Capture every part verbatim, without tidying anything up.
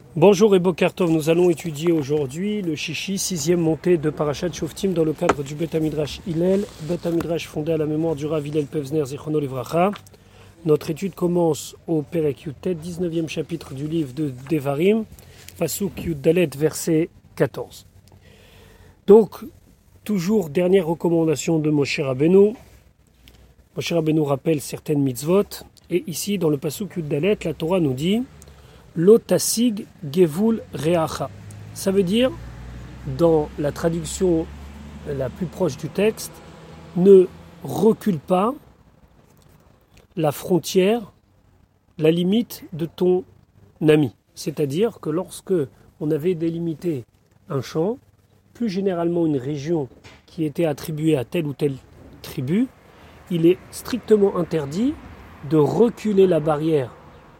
Bonjour et Boker Tov, nous allons étudier aujourd'hui le Shishi, sixième montée de Parashat Shoftim dans le cadre du Bet HaMidrash Hillel, Bet HaMidrash fondé à la mémoire du Rav Hillel Pevzner Zichrono Livracha. Notre étude commence au Perek Yutet, dix-neuvième chapitre du livre de Devarim, Pasuk Yud Dalet, verset quatorze. Donc, toujours dernière recommandation de Moshe Rabbeinu. Moshe Rabbeinu rappelle certaines mitzvot, et ici dans le Pasuk Yud Dalet, la Torah nous dit Lo tasig gevul reacha. Ça veut dire, dans la traduction la plus proche du texte, ne recule pas la frontière, la limite de ton ami. C'est-à-dire que lorsque on avait délimité un champ, plus généralement une région qui était attribuée à telle ou telle tribu, il est strictement interdit de reculer la barrière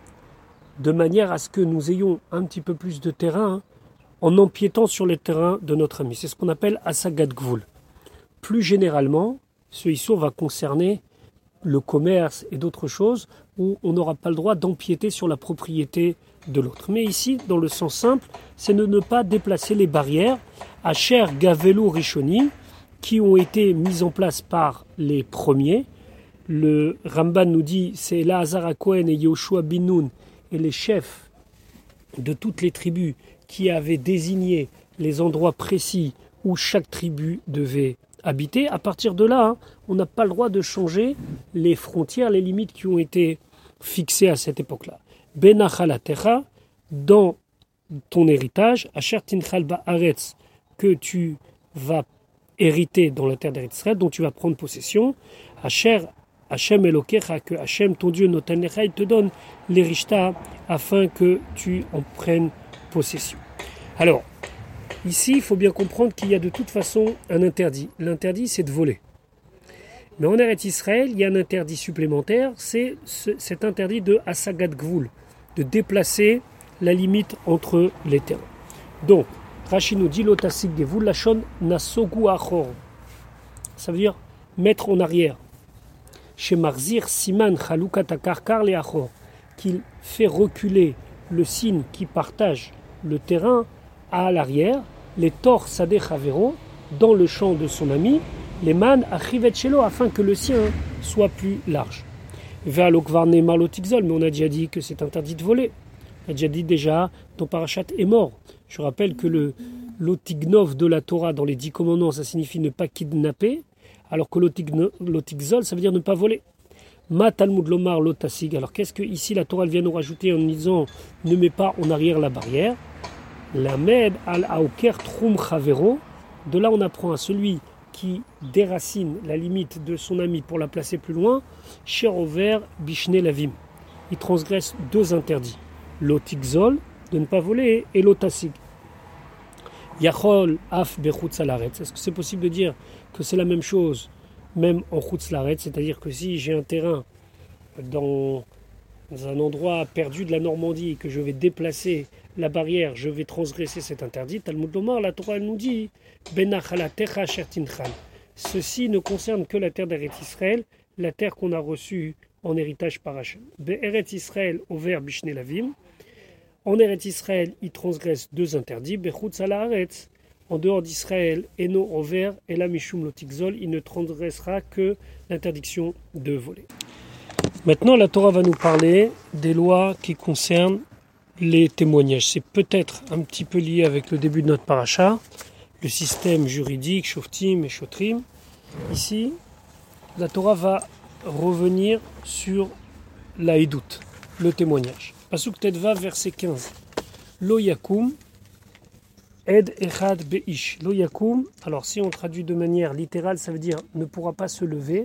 de manière à ce que nous ayons un petit peu plus de terrain hein, en empiétant sur le terrain de notre ami. C'est ce qu'on appelle Asagat Gvul. Plus généralement, ce issur va concerner le commerce et d'autres choses où on n'aura pas le droit d'empiéter sur la propriété de l'autre. Mais ici, dans le sens simple, c'est de ne pas déplacer les barrières à cher Gavelu Rishoni qui ont été mises en place par les premiers. Le Ramban nous dit, c'est Elazar HaKohen et Yoshua bin Nun et les chefs de toutes les tribus qui avaient désigné les endroits précis où chaque tribu devait habiter. À partir de là, hein, on n'a pas le droit de changer les frontières, les limites qui ont été fixées à cette époque-là. Benachalatecha, dans ton héritage, Asher Tinchal Ba'aretz, que tu vas hériter dans la terre d'Eretz Israël, dont tu vas prendre possession, Asher Hachem Elokecha, que Hachem, ton Dieu, Noten Lecha, il te donne les richtas afin que tu en prennes possession. Alors, ici, il faut bien comprendre qu'il y a de toute façon un interdit. L'interdit, c'est de voler. Mais en Eretz Israël, il y a un interdit supplémentaire, c'est ce, cet interdit de Asagat Gvul, de déplacer la limite entre les terrains. Donc, Rashi nous dit Lotasik Gevul Lachon Nasogu Achor. Ça veut dire mettre en arrière. Chez Marzir Siman Chalukat Akarkar le Achor, qu'il fait reculer le signe qui partage le terrain à l'arrière, les Tor Sadeh Chavero, dans le champ de son ami, les Man Achivet Shelo, afin que le sien soit plus large. Ve'alokvarne Marlotikzol, mais on a déjà dit que c'est interdit de voler. On a déjà dit déjà, ton parachat est mort. Je rappelle que le l'otignov de la Torah dans les dix commandements, ça signifie ne pas kidnapper, alors que l'otikzol, ça veut dire ne pas voler. Ma Talmud Lomar lotasig. Alors qu'est-ce que ici la Torah vient nous rajouter en disant ne mets pas en arrière la barrière. La med al aoker trum chavero. De là on apprend à celui qui déracine la limite de son ami pour la placer plus loin. Sherover bishne lavim. Il transgresse deux interdits. L'otikzol, de ne pas voler, et l'otasig. Yachol af bechutz haaretz. Est-ce que c'est possible de dire que c'est la même chose, même en chutz haaretz, c'est-à-dire que si j'ai un terrain dans un endroit perdu de la Normandie et que je vais déplacer la barrière, je vais transgresser cet interdit. Talmud Lomar, la Torah elle nous dit Benachalatecha asher tinchal. Ceci ne concerne que la terre d'Eretz Israël, la terre qu'on a reçue en héritage par Hachem. Be'eretz Israël over bishne lavim. En Eretz Israël, il transgresse deux interdits. Bechutz haaretz, en dehors d'Israël, eno over et la mishum lotikzol, il ne transgressera que l'interdiction de voler. Maintenant, la Torah va nous parler des lois qui concernent les témoignages. C'est peut-être un petit peu lié avec le début de notre paracha, le système juridique, shoftim et shotrim. Ici, la Torah va revenir sur la edout, le témoignage. Pasuk Tedva, verset quinze. Lo yakum ed echad beish. Lo yakum, alors si on traduit de manière littérale, ça veut dire ne pourra pas se lever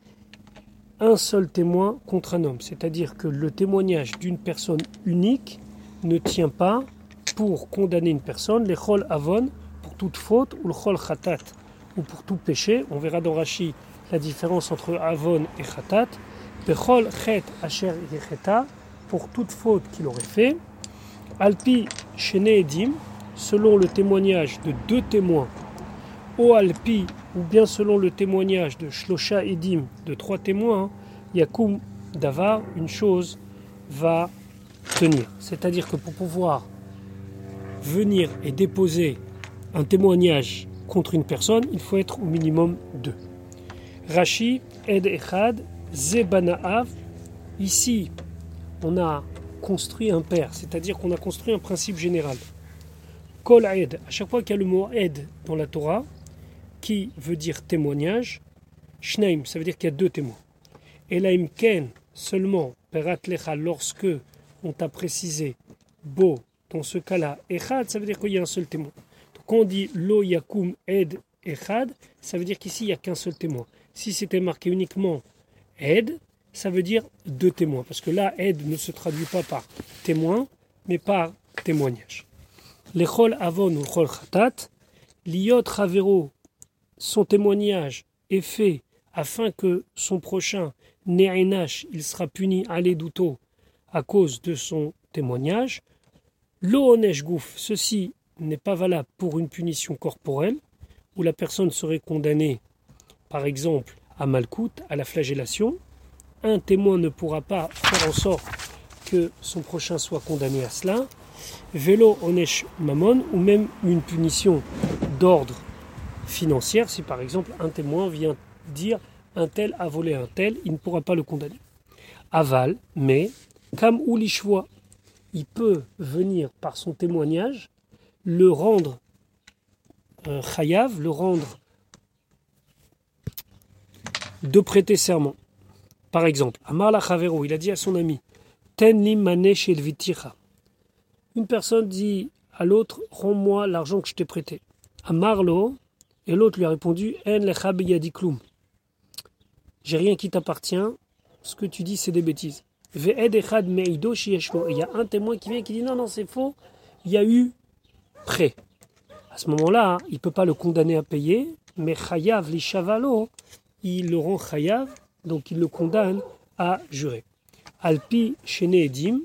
un seul témoin contre un homme. C'est-à-dire que le témoignage d'une personne unique ne tient pas pour condamner une personne, les chol avon, pour toute faute, ou le chol chatat, ou pour tout péché. On verra dans Rashi la différence entre avon et chatat. Bechol chet asher yecheta, pour toute faute qu'il aurait fait, alpi shene edim, selon le témoignage de deux témoins, o alpi, ou bien selon le témoignage de shlosha edim, de trois témoins, yakum davar, une chose va tenir. C'est-à-dire que pour pouvoir venir et déposer un témoignage contre une personne, il faut être au minimum deux. Rashi, Ed Echad, Zebanaav. Ici, on a construit un père, c'est-à-dire qu'on a construit un principe général. Kol Ed, à chaque fois qu'il y a le mot Ed dans la Torah, qui veut dire témoignage, Shneim, ça veut dire qu'il y a deux témoins. Et la Imken, seulement, Perat Lecha, lorsque on t'a précisé, Bo, dans ce cas-là, Echad, ça veut dire qu'il y a un seul témoin. Donc quand on dit Lo Yakum Ed Echad, ça veut dire qu'ici, il n'y a qu'un seul témoin. Si c'était marqué uniquement Ed, ça veut dire deux témoins. Parce que là, Ed ne se traduit pas par témoin, mais par témoignage. L'Echol Avon ou l'Echol Khatat, l'Iot Ravero, son témoignage est fait afin que son prochain Ne'enash, il sera puni à l'édouto à cause de son témoignage. L'Onesh Gouf, ceci n'est pas valable pour une punition corporelle, où la personne serait condamnée, par exemple, à Malkout, à la flagellation. Un témoin ne pourra pas faire en sorte que son prochain soit condamné à cela. Vélo Onesh Mamon, ou même une punition d'ordre financière, si par exemple un témoin vient dire un tel a volé un tel, il ne pourra pas le condamner. Aval, mais, Kam ou l'Ishvoa, il peut venir par son témoignage le rendre euh, chayav, le rendre de prêter serment. Par exemple, Amar la Chavero, il a dit à son ami, Ten li manesh elviticha. Une personne dit à l'autre, rends-moi l'argent que je t'ai prêté. Amarlo, et l'autre lui a répondu, En lecha beyadikloum. J'ai rien qui t'appartient, ce que tu dis c'est des bêtises. Ve'ed echad meido sheyeshlo. Il y a un témoin qui vient et qui dit non, non, c'est faux, il y a eu prêt. À ce moment-là, il ne peut pas le condamner à payer, mais chayav li shavalo, il le rend chayav, donc il le condamne à jurer. Alpi shene edim,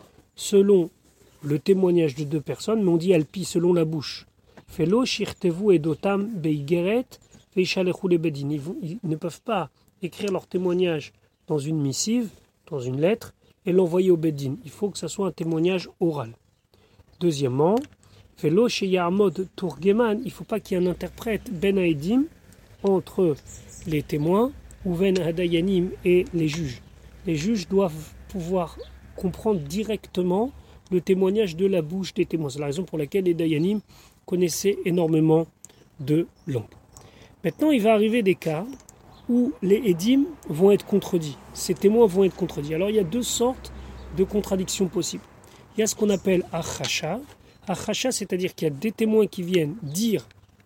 selon le témoignage de deux personnes, mais on dit alpi selon la bouche. Felo shirtevu edotam beigeret veishalechu lebedin. Ils ne peuvent pas écrire leur témoignage dans une missive, dans une lettre, et l'envoyer au bedin. Il faut que ce soit un témoignage oral. Deuxièmement, Velo sheyamod turgeman, il ne faut pas qu'il y ait un interprète ben haedim entre les témoins ou ben hadayanim et les juges. Les juges doivent pouvoir comprendre directement le témoignage de la bouche des témoins. C'est la raison pour laquelle les dayanim connaissaient énormément de langues. Maintenant, il va arriver des cas où les édim vont être contredits. Ces témoins vont être contredits. Alors, il y a deux sortes de contradictions possibles. Il y a ce qu'on appelle achasha. Achasha, c'est-à-dire qu'il y a des témoins qui viennent dire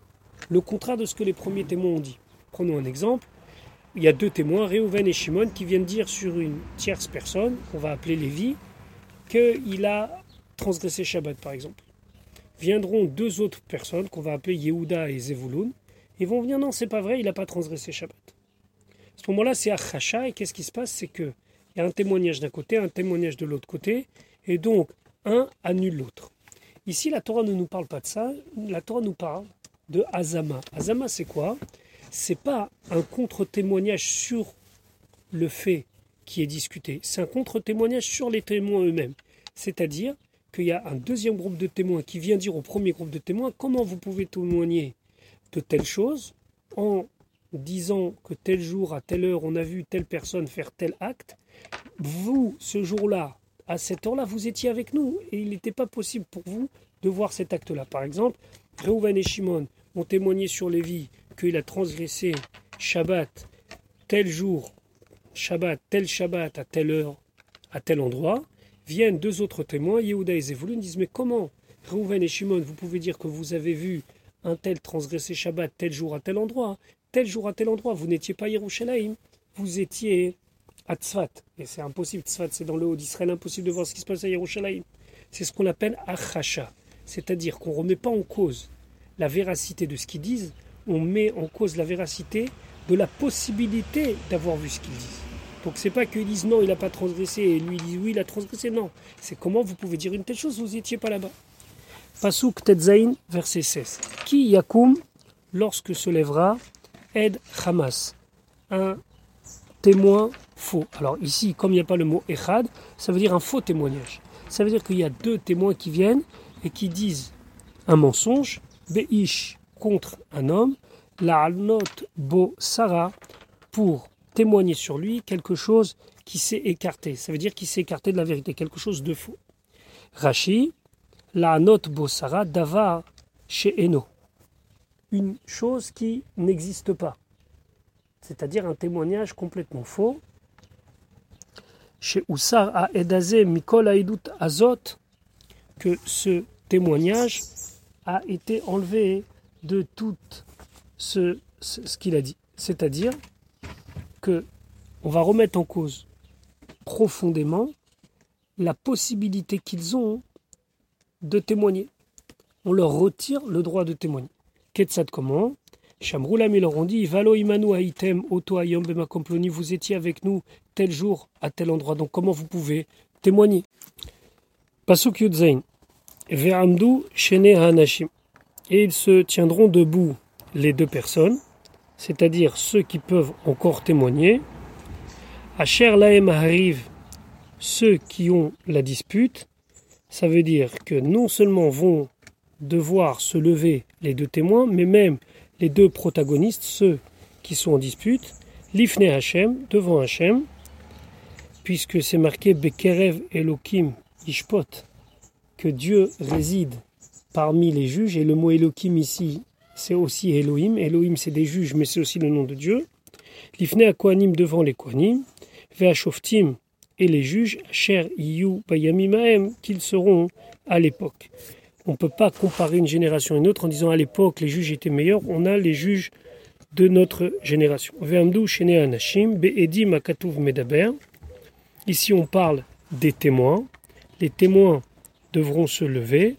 le contraire de ce que les premiers témoins ont dit. Prenons un exemple. Il y a deux témoins, Réhouven et Shimon, qui viennent dire sur une tierce personne, qu'on va appeler Lévi, qu'il a transgressé Shabbat, par exemple. Viendront deux autres personnes, qu'on va appeler Yehuda et Zevulun, et vont venir, non, c'est pas vrai, il n'a pas transgressé Shabbat. À ce moment-là, c'est Achasha, et qu'est-ce qui se passe? C'est qu'il y a un témoignage d'un côté, un témoignage de l'autre côté, et donc un annule l'autre. Ici, la Torah ne nous parle pas de ça, la Torah nous parle de Hazama. Hazama, c'est quoi? C'est pas un contre-témoignage sur le fait qui est discuté, c'est un contre-témoignage sur les témoins eux-mêmes. C'est-à-dire qu'il y a un deuxième groupe de témoins qui vient dire au premier groupe de témoins comment vous pouvez témoigner de telle chose en disant que tel jour, à telle heure, on a vu telle personne faire tel acte. Vous, ce jour-là, à cette heure-là, vous étiez avec nous et il n'était pas possible pour vous de voir cet acte-là. Par exemple, Réhouven et Shimon ont témoigné sur Lévi qu'il a transgressé Shabbat tel jour, Shabbat, tel Shabbat à telle heure, à tel endroit. Viennent deux autres témoins, Yehuda et Zevulun, disent mais comment Réhouven et Shimon, vous pouvez dire que vous avez vu un tel transgresser Shabbat tel jour à tel endroit, tel jour à tel endroit, vous n'étiez pas à Yerushalayim, vous étiez à Tzfat. Et c'est impossible, Tzfat c'est dans le haut d'Israël, impossible de voir ce qui se passe à Yerushalayim. C'est ce qu'on appelle achasha, c'est-à-dire qu'on ne remet pas en cause la véracité de ce qu'ils disent, on met en cause la véracité de la possibilité d'avoir vu ce qu'ils disent. Donc c'est pas qu'ils disent non, il n'a pas transgressé, et lui il dit oui, il a transgressé, non. C'est comment vous pouvez dire une telle chose, vous n'étiez pas là-bas. Pasuk Tetzain, verset seize. Ki yakum, lorsque se lèvera, Ed Hamas, un témoin faux. Alors ici, comme il n'y a pas le mot Echad, ça veut dire un faux témoignage. Ça veut dire qu'il y a deux témoins qui viennent et qui disent un mensonge, Beish contre un homme, la alnot bo Sarah pour témoigner sur lui quelque chose qui s'est écarté. Ça veut dire qu'il s'est écarté de la vérité, quelque chose de faux. Rashi, la alnot bo Sarah davar chez Eno. Une chose qui n'existe pas. C'est-à-dire un témoignage complètement faux. Chez Oussar a Edazé Mikol Aïdout Azot, que ce témoignage a été enlevé de tout ce, ce, ce qu'il a dit. C'est-à-dire que on va remettre en cause profondément la possibilité qu'ils ont de témoigner. On leur retire le droit de témoigner. Ketsad comment? Shamroulam, ils leur ont dit, Valo imanu haitem oto ayom bemakomploni, vous étiez avec nous tel jour à tel endroit. Donc comment vous pouvez témoigner? Pasuk Yudzain, Ve'amdu shene hanashim. Et ils se tiendront debout, les deux personnes, c'est-à-dire ceux qui peuvent encore témoigner. Asher laem arrive, ceux qui ont la dispute, ça veut dire que non seulement vont devoir se lever les deux témoins, mais même les deux protagonistes, ceux qui sont en dispute, l'ifne Hashem, devant Hashem, puisque c'est marqué Bekerev Elokim Ishpot, que Dieu réside parmi les juges, et le mot Elokim ici, c'est aussi Elohim. Elohim, c'est des juges, mais c'est aussi le nom de Dieu. L'ifne Akohanim, devant les Kohanim, Ve'ashoftim, et les juges, Asher Iyu Bayamimahem, qu'ils seront à l'époque. On ne peut pas comparer une génération à une autre en disant à l'époque les juges étaient meilleurs. On a les juges de notre génération. Ve'amdu shene anashim be'edim akatuv medaber. Ici on parle des témoins. Les témoins devront se lever.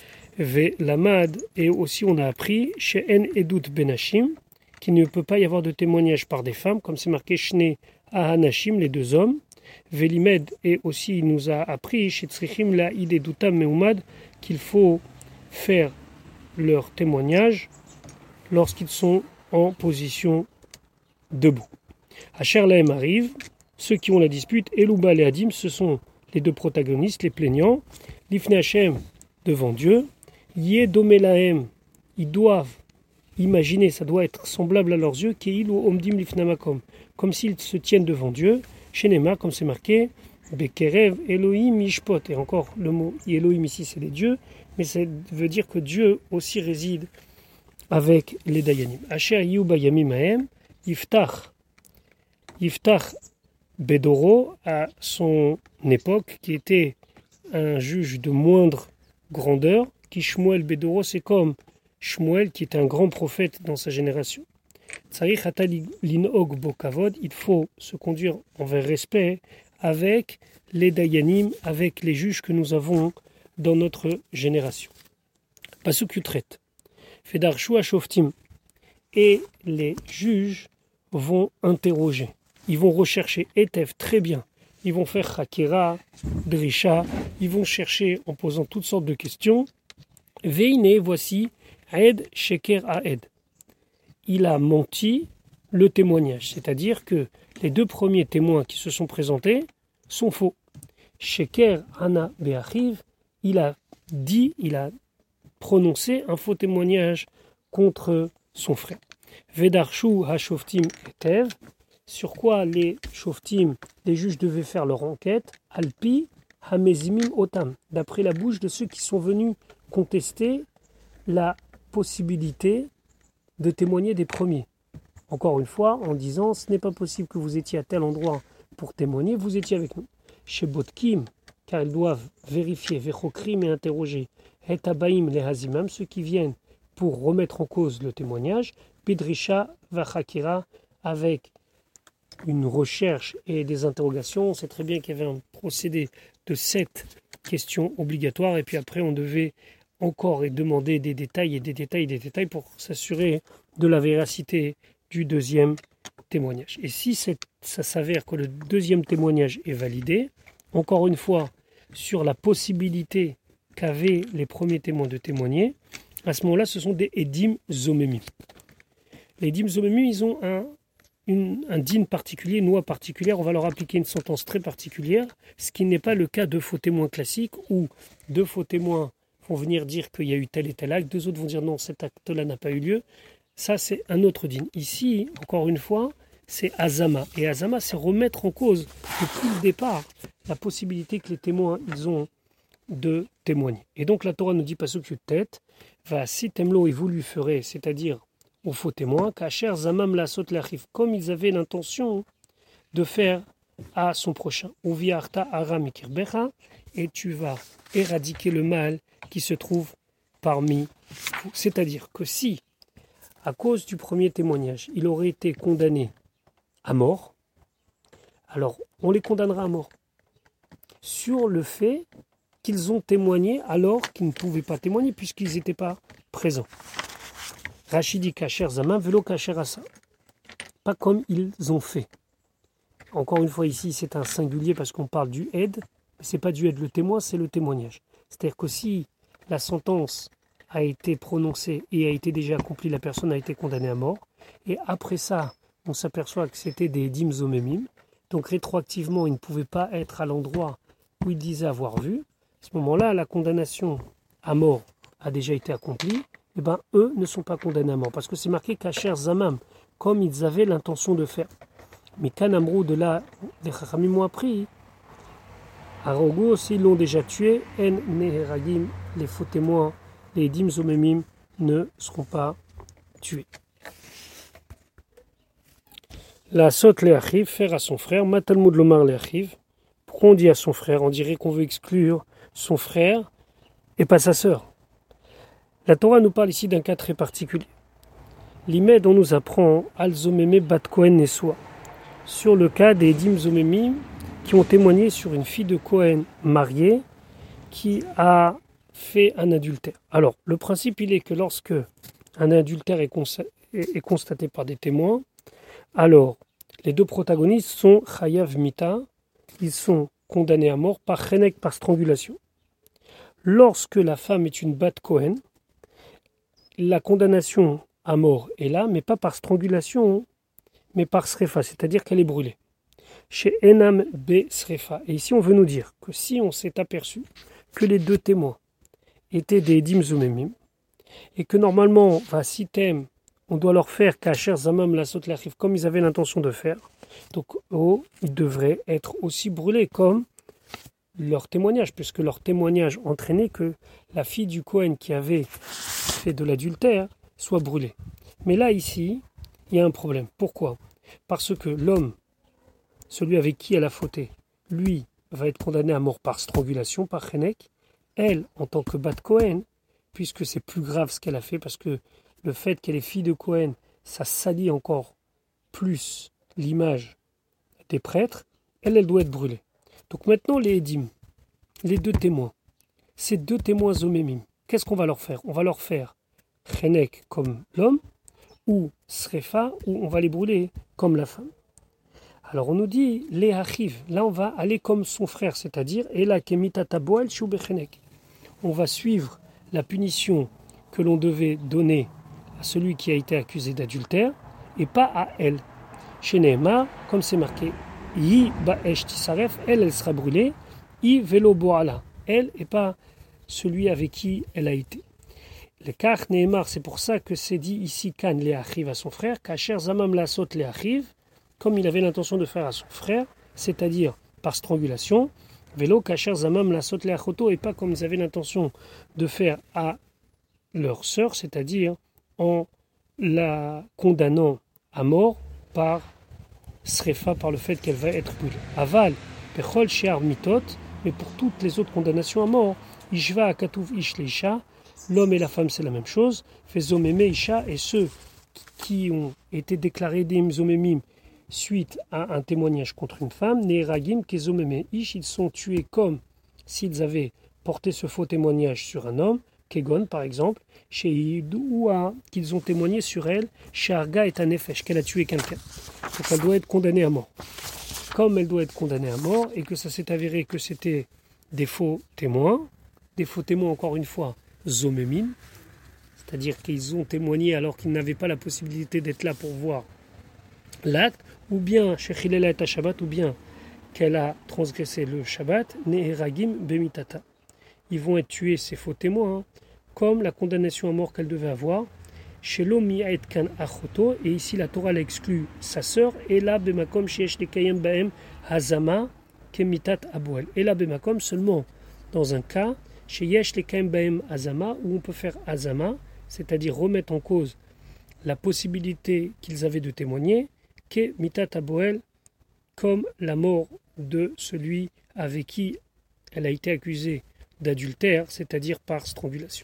Ve'lamad, et aussi on a appris she'en edut benashim, qu'il ne peut pas y avoir de témoignage par des femmes, comme c'est marqué shne ahanashim, les deux hommes. Ve'limed, et aussi il nous a appris she'tzrichim la'id edutam meumad, qu'il faut faire leur témoignage lorsqu'ils sont en position debout. Asher Lahem arrive, ceux qui ont la dispute, Elouba et Adim, ce sont les deux protagonistes, les plaignants, Lifne Hashem, devant Dieu, Yedome Lahem, ils doivent imaginer, ça doit être semblable à leurs yeux, Keil ou Omdim Lifnamakom, comme s'ils se tiennent devant Dieu, Shenema, comme c'est marqué, Bekerev Elohim Ishpot, et encore le mot Elohim ici c'est les dieux, mais ça veut dire que Dieu aussi réside avec les Dayanim. Asher Yu Bayamim Ahem, Yiftach, Yiftach Bedoro, à son époque, qui était un juge de moindre grandeur, qui Shmuel Bedoro, c'est comme Shmuel qui est un grand prophète dans sa génération. Tsarich Ata Lin'og Bokavod, il faut se conduire envers respect avec les Dayanim, avec les juges que nous avons dans notre génération. Pasuk Yutret. Fedarshu Ashoftim. Et les juges vont interroger. Ils vont rechercher Etev très bien. Ils vont faire Chakira, Drisha. Ils vont chercher en posant toutes sortes de questions. Veine, voici Aed Sheker Aed. Il a menti le témoignage. C'est-à-dire que les deux premiers témoins qui se sont présentés sont faux. Sheker Hana Beachiv, il a dit, il a prononcé un faux témoignage contre son frère. Vedarshu Hashoftim Etev, sur quoi les Shoftim, les juges devaient faire leur enquête, Alpi Hamezimim Otam, d'après la bouche de ceux qui sont venus contester la possibilité de témoigner des premiers. Encore une fois, en disant, ce n'est pas possible que vous étiez à tel endroit pour témoigner, vous étiez avec nous. Chez Botkim, car ils doivent vérifier, Vechokrim et interroger, Et Abaim les Hazimam, ceux qui viennent pour remettre en cause le témoignage, Bidrisha Vachakira, avec une recherche et des interrogations. On sait très bien qu'il y avait un procédé de sept questions obligatoires, et puis après on devait encore et demander des détails et des détails et des détails pour s'assurer de la véracité du deuxième témoignage. Et si ça s'avère que le deuxième témoignage est validé, encore une fois, sur la possibilité qu'avaient les premiers témoins de témoigner, à ce moment-là, ce sont des Edim Zomemim. Les Edim Zomemim, ils ont un, une, un din particulier, une loi particulière, on va leur appliquer une sentence très particulière, ce qui n'est pas le cas de faux témoins classiques, où deux faux témoins vont venir dire qu'il y a eu tel et tel acte, deux autres vont dire non, cet acte-là n'a pas eu lieu. Ça, c'est un autre din. Ici, encore une fois, c'est Azama. Et Azama, c'est remettre en cause, depuis le départ, la possibilité que les témoins, ils ont de témoigner. Et donc, la Torah nous dit, pas ce que tête, va si temlo et vous lui ferez, c'est-à-dire au faux témoin, kacher zamam la sot l'arrive, comme ils avaient l'intention de faire à son prochain. Uviarta aram ikirbecha, et tu vas éradiquer le mal qui se trouve parmi vous. C'est-à-dire que si, à cause du premier témoignage, il aurait été condamné à mort, alors on les condamnera à mort sur le fait qu'ils ont témoigné alors qu'ils ne pouvaient pas témoigner puisqu'ils n'étaient pas présents. Rachidi kacher zaman velo kacher asa. Pas comme ils ont fait. Encore une fois ici c'est un singulier parce qu'on parle du aide, mais ce n'est pas du aide le témoin, c'est le témoignage. C'est-à-dire que si la sentence a été prononcée et a été déjà accomplie, la personne a été condamnée à mort, et après ça on s'aperçoit que c'était des dîmes omémim, donc rétroactivement il ne pouvait pas être à l'endroit où il disait avoir vu. À ce moment-là, la condamnation à mort a déjà été accomplie, et ben eux ne sont pas condamnés à mort, parce que c'est marqué kacher zamam, comme ils avaient l'intention de faire. Mais Kanamrou, de là, les Chachamim ont appris, Arogo, s'ils l'ont déjà tué, En Neheragim, les faux témoins, les Dim Zomemim, ne seront pas tués. La Sot le Achiv, faire à son frère, Matalmud Lomar le Achiv. Pourquoi on dit à son frère? On dirait qu'on veut exclure son frère et pas sa sœur. La Torah nous parle ici d'un cas très particulier. L'Imed, on nous apprend Al-Zomeme Bat Kohen Neswa, sur le cas des Dim Zomemim qui ont témoigné sur une fille de Kohen mariée qui a fait un adultère. Alors, le principe, il est que lorsque un adultère est, consta- est constaté par des témoins, alors les deux protagonistes sont Chayav Mita, ils sont condamnés à mort par Chenek, par strangulation. Lorsque la femme est une Bat Kohen, la condamnation à mort est là, mais pas par strangulation, mais par srefa, c'est-à-dire qu'elle est brûlée. Chez Enam Be Srefa. Et ici, on veut nous dire que si on s'est aperçu que les deux témoins étaient des Dim Zomemim, et que normalement, va si t'aimes, on doit leur faire Kacher Zamam la Sot l'Arrive, comme ils avaient l'intention de faire, donc oh, ils devraient être aussi brûlés comme leur témoignage, puisque leur témoignage entraînait que la fille du Kohen qui avait fait de l'adultère soit brûlée. Mais là, ici, il y a un problème. Pourquoi? Parce que l'homme, celui avec qui elle a fauté, lui, va être condamné à mort par strangulation, par Chenek. Elle, en tant que Bat Kohen, puisque c'est plus grave ce qu'elle a fait, parce que le fait qu'elle est fille de Kohen, ça salit encore plus l'image des prêtres, elle, elle doit être brûlée. Donc maintenant, les Edim, les deux témoins, ces deux témoins Zomemim, qu'est-ce qu'on va leur faire? On va leur faire Chenek comme l'homme, ou Srefa, ou on va les brûler comme la femme. Alors on nous dit, les Achiv, là on va aller comme son frère, c'est-à-dire, et la Kemitata Boel Shubechenek. On va suivre la punition que l'on devait donner à celui qui a été accusé d'adultère, et pas à elle. Chez Nehemar, comme c'est marqué, Yi ba'esh tisaref, elle, elle sera brûlée, I velo boala, elle, et pas celui avec qui elle a été. Le kach Nehemar, c'est pour ça que c'est dit ici, Kan le Achiv à son frère, Kacher Zamam la Sot le Achiv, comme il avait l'intention de faire à son frère, c'est-à-dire par strangulation, Velo Kacher Zamam la Sot le Achoto, et pas comme ils avaient l'intention de faire à leur sœur, c'est-à-dire en la condamnant à mort par Srefa, par le fait qu'elle va être brûlée. Aval, Pechol Shear Mitot, mais pour toutes les autres condamnations à mort, Ishva Akatuv Ish Leisha, l'homme et la femme c'est la même chose, Fezomeme Isha, et ceux qui ont été déclarés des Zomemim suite à un témoignage contre une femme, Neheragim Kezomeme Ish, ils sont tués comme s'ils avaient porté ce faux témoignage sur un homme, Kegon par exemple, chez Idoua, qu'ils ont témoigné sur elle, chez Arga et Tanefesh, qu'elle a tué quelqu'un. Donc elle doit être condamnée à mort. Comme elle doit être condamnée à mort et que ça s'est avéré que c'était des faux témoins, des faux témoins encore une fois, Zomemim, c'est-à-dire qu'ils ont témoigné alors qu'ils n'avaient pas la possibilité d'être là pour voir l'acte, ou bien chez Chilela et Shabbat, ou bien qu'elle a transgressé le Shabbat, Neheragim Bemitata. ils vont être tués, ces faux témoins, hein, comme la condamnation à mort qu'elle devait avoir. Chez l'Omi Aetkan Achoto, et ici la Torah l'exclut sa sœur, et là Bemakom Sheesh Lekayem Baem Hazama Kemitat Abouel. Et là Bemakom seulement dans un cas, chez Yesh Lekayem Baem Hazama, où on peut faire Hazama, c'est-à-dire remettre en cause la possibilité qu'ils avaient de témoigner, Kemitat Abouel, comme la mort de celui avec qui elle a été accusée d'adultère, c'est-à-dire par strangulation.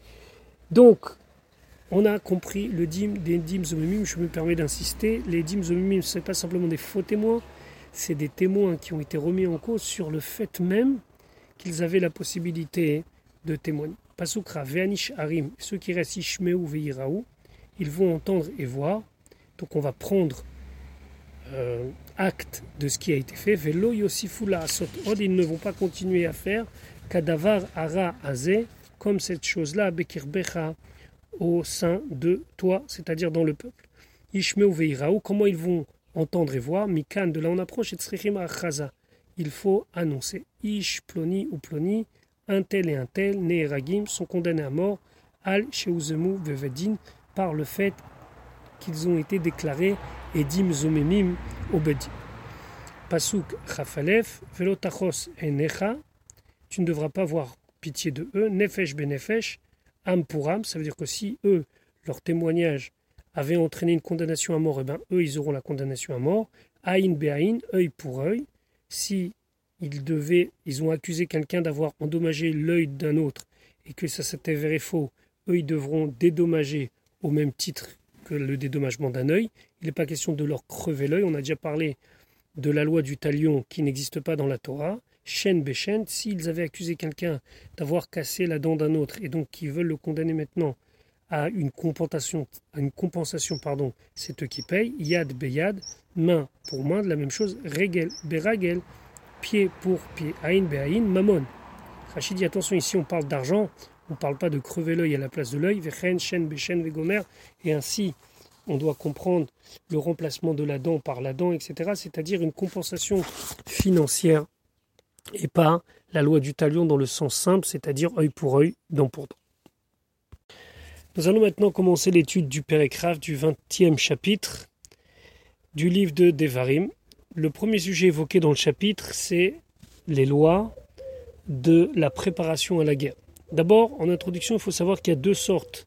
Donc, on a compris le dîme des dîmes zomimim, je me permets d'insister, les dîmes zomimim, ce n'est pas simplement des faux témoins, c'est des témoins qui ont été remis en cause sur le fait même qu'ils avaient la possibilité de témoigner. Pasukra, Veanish Harim, ceux qui restent Ishmeu Veiraou, ils vont entendre et voir, donc on va prendre euh, acte de ce qui a été fait, Velo Yosifula Asot Od, ils ne vont pas continuer à faire, Kadavar Ara Azé, comme cette chose-là, Bekirbecha, au sein de toi, c'est-à-dire dans le peuple. Ishmeu veiraou, comment ils vont entendre et voir, Mikan, de là on approche, et Tsrichim achaza. Il faut annoncer. Ish, ploni ou ploni, un tel et un tel, Neheragim, sont condamnés à mort, Al sheuzemu vevedin, par le fait qu'ils ont été déclarés edim zomemim au bedin. Pasuk chafalef, velotachos enecha, tu ne devras pas avoir pitié de eux, nefesh benefesh, âme pour âme, ça veut dire que si eux, leur témoignage avait entraîné une condamnation à mort, et bien eux, ils auront la condamnation à mort. Aïn be'aïn, œil pour œil. Si ils devaient, ils ont accusé quelqu'un d'avoir endommagé l'œil d'un autre et que ça s'était avéré faux, eux, ils devront dédommager au même titre que le dédommagement d'un œil. Il n'est pas question de leur crever l'œil. On a déjà parlé de la loi du talion qui n'existe pas dans la Torah. Shen Beshen, s'ils avaient accusé quelqu'un d'avoir cassé la dent d'un autre et donc qu'ils veulent le condamner maintenant à une compensation, à une compensation pardon, c'est eux qui payent. Yad Beyad, main pour main, de la même chose. Regel Beragel, pied pour pied. Aïn Beaïn, Mamon. Rachid dit attention, ici on parle d'argent, on ne parle pas de crever l'œil à la place de l'œil. Vechen, Shen, Beshen, Vegomer. Et ainsi, on doit comprendre le remplacement de la dent par la dent, et cetera. C'est-à-dire une compensation financière. Et pas la loi du talion dans le sens simple, c'est-à-dire œil pour œil, dent pour dent. Nous allons maintenant commencer l'étude du Pérégraphe du vingtième chapitre du livre de Devarim. Le premier sujet évoqué dans le chapitre, c'est les lois de la préparation à la guerre. D'abord, en introduction, il faut savoir qu'il y a deux sortes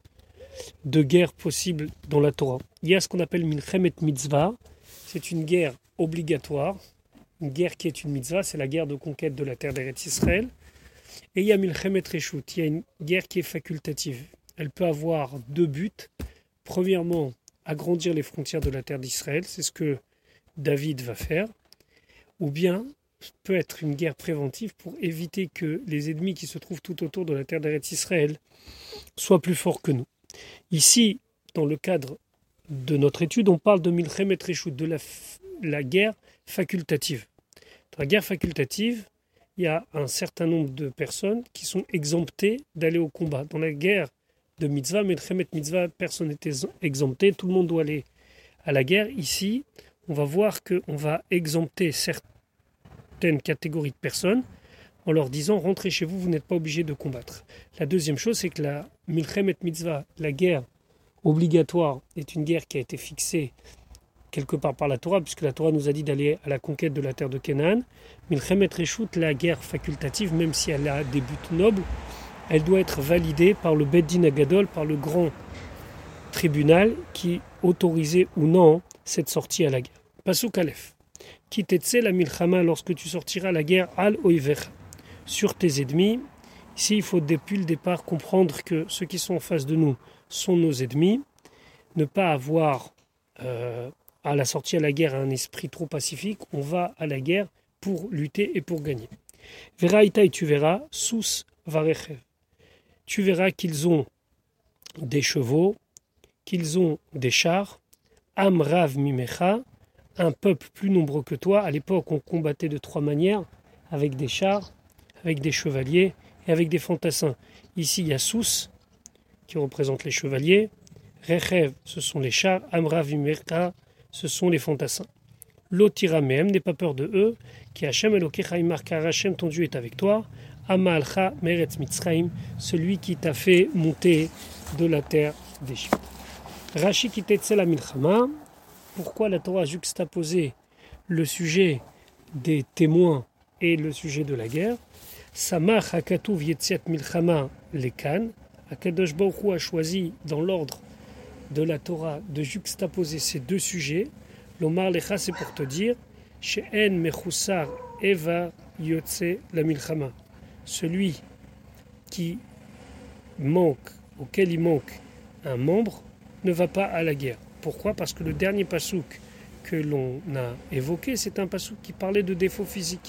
de guerres possibles dans la Torah. Il y a ce qu'on appelle Milchemet Mitzvah, c'est une guerre obligatoire. Une guerre qui est une mitzvah, c'est la guerre de conquête de la terre d'Eretz Israël. Et il y a Milchemet Reshut, il y a une guerre qui est facultative. Elle peut avoir deux buts. Premièrement, agrandir les frontières de la terre d'Israël, c'est ce que David va faire. Ou bien, peut être une guerre préventive pour éviter que les ennemis qui se trouvent tout autour de la terre d'Eretz Israël soient plus forts que nous. Ici, dans le cadre de notre étude, on parle de Milchemet Reshut, de la, la guerre facultative. Dans la guerre facultative, il y a un certain nombre de personnes qui sont exemptées d'aller au combat. Dans la guerre de mitzvah, Milchemet mitzvah, personne n'est exempté, tout le monde doit aller à la guerre. Ici, on va voir qu'on va exempter certaines catégories de personnes en leur disant « rentrez chez vous, vous n'êtes pas obligés de combattre ». La deuxième chose, c'est que la Milchemet mitzvah, la guerre obligatoire, est une guerre qui a été fixée quelque part par la Torah, puisque la Torah nous a dit d'aller à la conquête de la terre de Canaan. Milchemet Reshut, la guerre facultative, même si elle a des buts nobles, elle doit être validée par le Bet Din Agadol, par le grand tribunal qui autorisait ou non cette sortie à la guerre. Pasuk Aleph. Ki tetse la milchama, lorsque tu sortiras à la guerre, al oivecha, sur tes ennemis. Ici, il faut depuis le départ comprendre que ceux qui sont en face de nous sont nos ennemis. Ne pas avoir euh, à la sortie à la guerre un esprit trop pacifique. On va à la guerre pour lutter et pour gagner. Veraïta, et tu verras, sous varechev. Tu verras qu'ils ont des chevaux, qu'ils ont des chars, amrav mimecha, un peuple plus nombreux que toi. À l'époque, on combattait de trois manières, avec des chars, avec des chevaliers et avec des fantassins. Ici, il y a Sous, qui représente les chevaliers, Rechev, ce sont les chars, amrav mimecha, ce sont les fantassins. L'otiramehem, n'aie pas peur de eux, qui Hachem Elokecha imar, car Hachem ton Dieu est avec toi. Amalcha Meretz Mitzrayim, celui qui t'a fait monter de la terre d'Égypte. Rashi Kitetze la Milchama, pourquoi la Torah a juxtaposé le sujet des témoins et le sujet de la guerre? Samach Hakatuv Yetziat Milchama Lekan, Akadosh Baruch Hu a choisi dans l'ordre de la Torah de juxtaposer ces deux sujets. L'Omar Lecha, c'est pour te dire She'en Mechusar Eva Yotze la Milchama, celui qui manque, auquel il manque un membre, ne va pas à la guerre. Pourquoi? Parce que le dernier pasouk que l'on a évoqué, c'est un pasouk qui parlait de défauts physiques.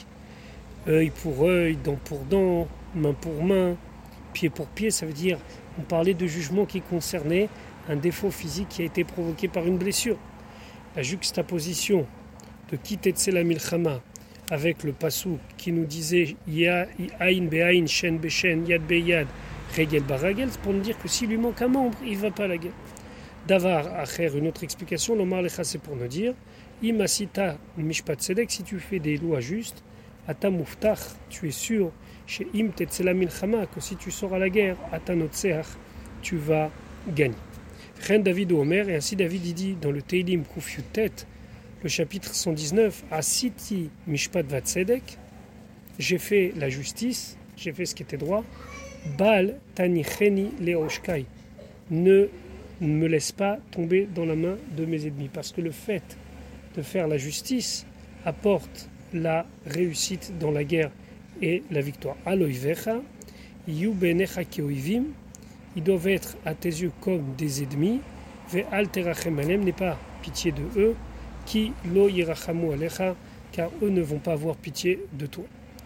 Œil pour œil, dent pour dent, main pour main, pied pour pied, ça veut dire, on parlait de jugement qui concernait un défaut physique qui a été provoqué par une blessure. La juxtaposition de Kitetze la Milchama avec le pasouk qui nous disait Ya Aïn Be'aïn, Shen Be'Shen, Yad Be'Yad, Regel Baragel, c'est pour nous dire que s'il lui manque un membre, il ne va pas à la guerre. Davar Acher, une autre explication, l'Omar Lecha, c'est pour nous dire Imasita Mishpat Sedek, si tu fais des lois justes, Ata Muftach, tu es sûr, chez Im Tetzela Milchama, que si tu sors à la guerre, Ata Notseach, tu vas gagner. Ren David ou Omer, et ainsi David il dit dans le Teilim Kuf Yutet, le chapitre cent dix-neuf, Asiti Mishpat Vatsedek, j'ai fait la justice, j'ai fait ce qui était droit, Baal Tanicheni Leoshkai, ne me laisse pas tomber dans la main de mes ennemis, parce que le fait de faire la justice apporte la réussite dans la guerre et la victoire. Aloivecha, Yu benecha keoivim, ils doivent être à tes yeux comme des ennemis, ve al terachem alem, n'aie pas pitié de eux, qui lo yirachamu alecha, car eux ne vont pas avoir pitié de toi.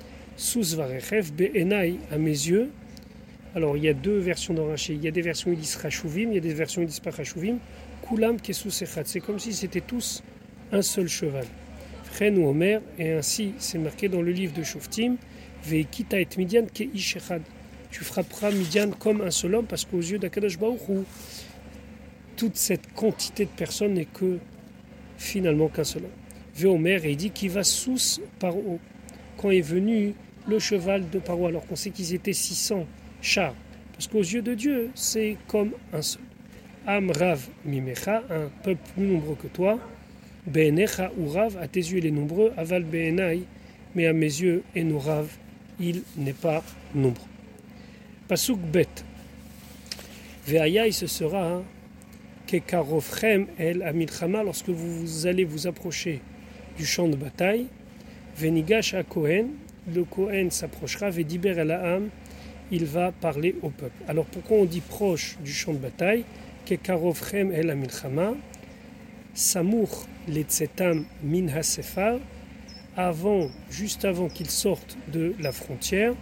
Sous varechef be'enai, à mes yeux. Alors il y a deux versions dans Rashi, il y a des versions où ils disent rachuvim, il y a des versions où ils disent pas rachuvim. Kulam kesous echad, c'est comme si c'était tous un seul cheval. Chen ou Omer, et ainsi c'est marqué dans le livre de Shoftim, ve'kita et Midian ke ish echad. Tu frapperas Midian comme un seul homme, parce qu'aux yeux d'Akadosh Baruch Hu, toute cette quantité de personnes n'est que finalement qu'un seul homme. Ve'omer, et il dit qu'il va sous Paro, quand est venu le cheval de Paro, alors qu'on sait qu'ils étaient six cents chars, parce qu'aux yeux de Dieu, c'est comme un seul. Am Rav Mimecha, un peuple plus nombreux que toi, Be'enecha ou Rav, à tes yeux il est nombreux, Aval Be'enai, mais à mes yeux, Eno Rav, il n'est pas nombreux. Pasuk Bet. Ve'aya, ce sera Kekarofchem el Amilchama, lorsque vous allez vous approcher du champ de bataille. Venigash a Kohen, le Kohen s'approchera, Vediber el Ha'am, il va parler au peuple. Alors pourquoi on dit proche du champ de bataille? Kekarofchem el Amilchama, Samour letzetam min hasefar, avant, juste avant qu'ils sortent de la frontière,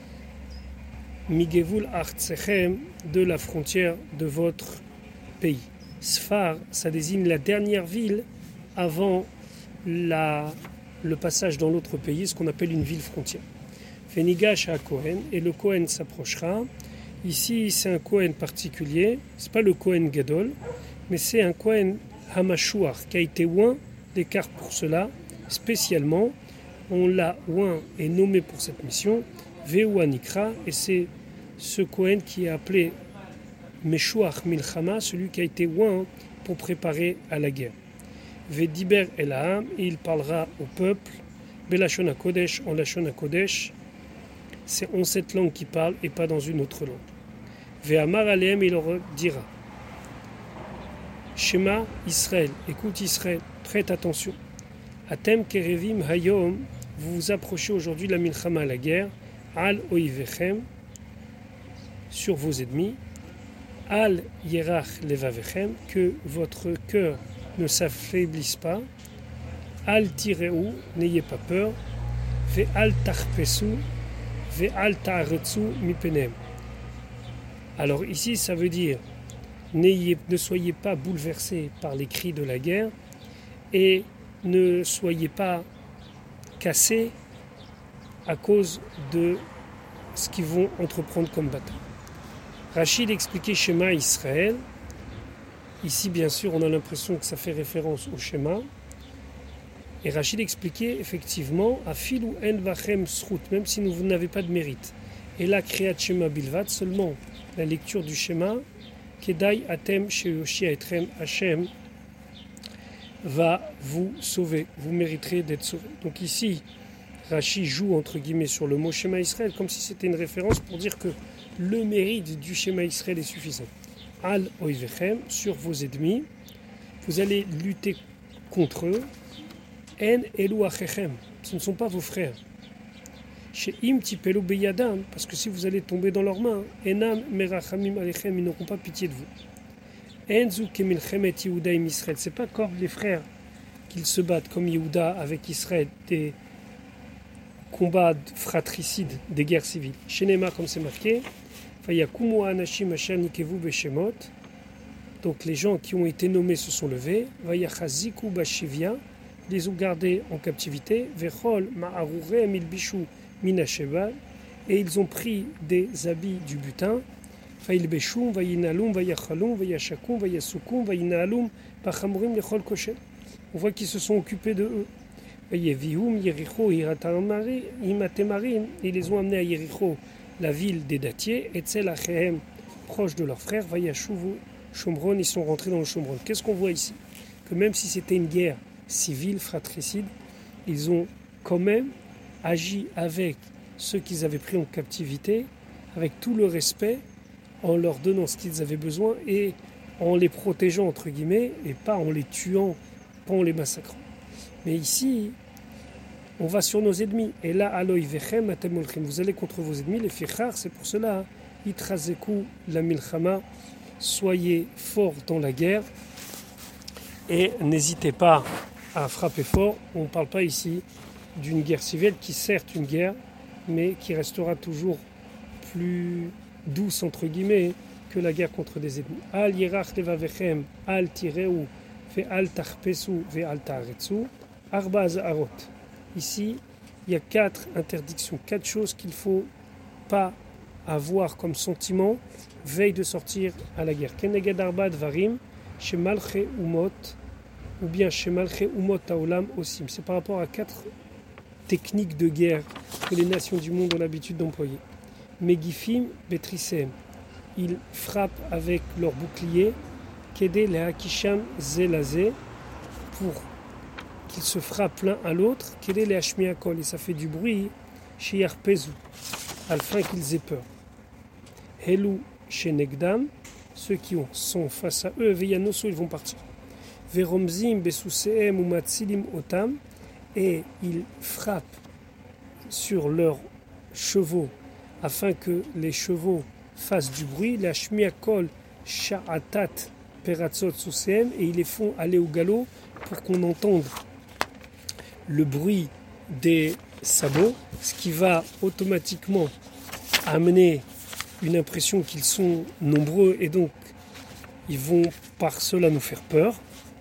Migevul artsechem, de la frontière de votre pays. Sfar, ça désigne la dernière ville avant la, le passage dans l'autre pays, ce qu'on appelle une ville frontière. Fenigash à Kohen, et le Kohen s'approchera. Ici, c'est un Kohen particulier, c'est pas le Kohen Gadol, mais c'est un Kohen Hamashuach qui a été oint des cartes pour cela, spécialement. On l'a oint et nommé pour cette mission, Veu Anikra, et c'est ce Kohen qui est appelé Meshuach Milchama, celui qui a été oint pour préparer à la guerre. Vediber El Ha'am, et il parlera au peuple, Belashon HaKodesh, en Lashon HaKodesh, c'est en cette langue qu'il parle et pas dans une autre langue. Ve'amar Aleem, il leur dira, Shema Israël, écoute Israël, prête attention. Atem Kerevim Hayom, vous vous approchez aujourd'hui de la Milchama, la guerre, Al Oivechem, sur vos ennemis, Al Yerach Levavechem, que votre cœur ne s'affaiblisse pas, Al Tireu, n'ayez pas peur, Ve Al Tarpesu, Ve Al Ta'aretsu Mipenem. Alors ici, ça veut dire, n'ayez, ne soyez pas bouleversés par les cris de la guerre et ne soyez pas cassés à cause de ce qu'ils vont entreprendre comme bataille. Rachid expliquait Shema Israël. Ici, bien sûr, on a l'impression que ça fait référence au Shema. Et Rachid expliquait effectivement à Filou en vachem srout, même si vous n'avez pas de mérite. et la Kriyat Shema Bilvat, seulement la lecture du Shema, Kedai Atem Sheyoshia Etrem Hashem va vous sauver, vous mériterez d'être sauvé. Donc ici, Rashi joue entre guillemets sur le mot Shema Israël comme si c'était une référence pour dire que le mérite du Shema Israël est suffisant. Al Oivechem, sur vos ennemis, vous allez lutter contre eux. En Elu Achechem, ce ne sont pas vos frères. Chez Im Tipelu Beyadam, parce que si vous allez tomber dans leurs mains, Enam Merachamim Alechem, ils n'auront pas pitié de vous. Enzu Kemilchemet Yehuda im Israël, c'est pas comme les frères qu'ils se battent comme Yehuda avec Israël, des combats fratricides, des guerres civiles. Chez Nema, comme c'est marqué, Fayakumu Anashim Asher Nikevu Beshemot, donc les gens qui ont été nommés se sont levés, Vayachaziku Bashivia, les ont gardés en captivité, Vechol Ma'arurem Ilbishu Minashebal, et ils ont pris des habits du butin, Failbeshum, Vayinalum, Vayachalum, Vayashakum, Vayasukum, Vayinalum, Pachamurim, Lechol Kosher. On voit qu'ils se sont occupés de eux. Vayevihum, Yericho, Imatemarim, ils les ont amenés à Yericho, la ville des dattiers, Etzel Achehem, proche de leurs frères, Vayashuvu, Shomron, ils sont rentrés dans le Shomron. Qu'est-ce qu'on voit ici? Que même si c'était une guerre civile, fratricide, ils ont quand même agi avec ceux qu'ils avaient pris en captivité, avec tout le respect, en leur donnant ce qu'ils avaient besoin et en les protégeant, entre guillemets, et pas en les tuant, pas en les massacrant. Mais ici, on va sur nos ennemis. Et là, aloy vechem atem olchem, vous allez contre vos ennemis, les fichar, c'est pour cela, itrazeku la milchama, soyez forts dans la guerre et n'hésitez pas à frapper fort. On ne parle pas ici d'une guerre civile qui certes une guerre, mais qui restera toujours plus douce entre guillemets que la guerre contre des ennemis. Al yirach levavechem, al tireu, ve al tarpesu, ve al ta'aretsu, arba zaharot. Ici, il y a quatre interdictions, quatre choses qu'il ne faut pas avoir comme sentiment veille de sortir à la guerre. Keneged arba dvarim, chez malche umot, ou bien chez malche umot taolam osim. C'est par rapport à quatre techniques de guerre que les nations du monde ont l'habitude d'employer. Megifim betrisem, ils frappent avec leur bouclier, Kede le hakisham zelazé, pour qu'ils se frappent l'un à l'autre, Kede le hashmiakol, et ça fait du bruit, shiar pezu, afin qu'ils aient peur. Helu shenegdam, ceux qui sont face à eux, veyanoso, ils vont partir. Veromzim besuseem umatzilim otam, et ils frappent sur leurs chevaux afin que les chevaux fassent du bruit, la shmiakol sha'atat peratzot suseem, et ils les font aller au galop pour qu'on entende le bruit des sabots, ce qui va automatiquement amener une impression qu'ils sont nombreux et donc ils vont par cela nous faire peur.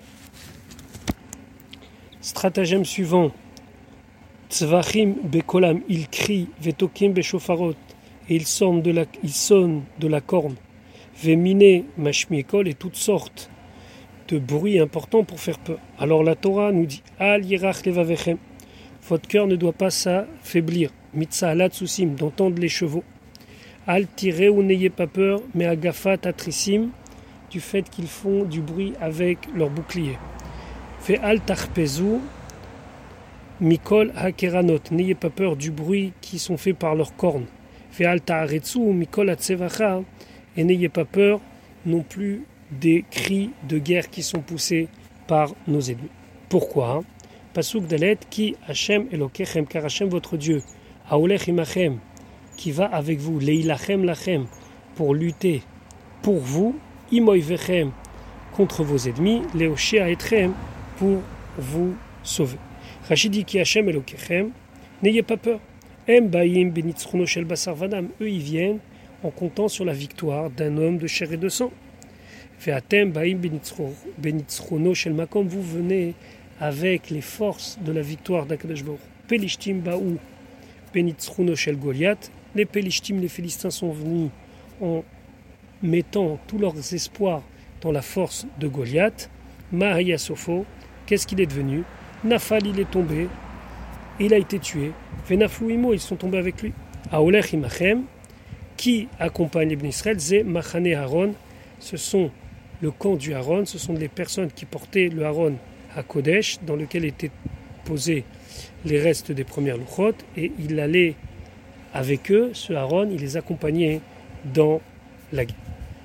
Stratagème suivant, Tzvachim bekolam, ils crient, vetokim beshofarot, et ils sonnent de la, ils sonnent de la corne, vemine mashmiekol, et toutes sortes de bruits importants pour faire peur. Alors la Torah nous dit, al yirach levavechem, votre cœur ne doit pas s'affaiblir, mitzah alat susim, d'entendre les chevaux, al tiré ou n'ayez pas peur, mais agafat atrisim, du fait qu'ils font du bruit avec leur bouclier. Fait al tarpezu, mikol hakeranot, n'ayez pas peur du bruit qui sont faits par leurs cornes. Fait al ta'aretsu, mikol hatsevacha, et n'ayez pas peur non plus des cris de guerre qui sont poussés par nos ennemis. Pourquoi? Pasuk dalet, ki Hashem elokechem, car Hashem votre Dieu, haolech imachem, qui va avec vous, leilachem lachem, pour lutter pour vous, imoyvechem, contre vos ennemis, leoshia etrem, pour vous sauver. Rashi dit ki Hashem elokechem, n'ayez pas peur. Em baim benitzchuno shel basar vadam, eux ils viennent en comptant sur la victoire d'un homme de chair et de sang. Ve'atem baim benitzchuno shel makom, vous venez avec les forces de la victoire d'Akadosh Baruch Hu. Pelishtim baou benitzchuno shel Goliath, les Pelishtim, les Philistins sont venus en mettant tous leurs espoirs dans la force de Goliath. Mahaya Sopho, qu'est-ce qu'il est devenu? Nafal, il est tombé, il a été tué. Venaflou imo, ils sont tombés avec lui. Aolech imachem, qui accompagne Ibn Israël, c'est Machane Aaron, ce sont le camp du Aaron, ce sont les personnes qui portaient le Aaron à Kodesh, dans lequel étaient posés les restes des premières louchot, et il allait avec eux, ce Aaron, il les accompagnait dans la guerre.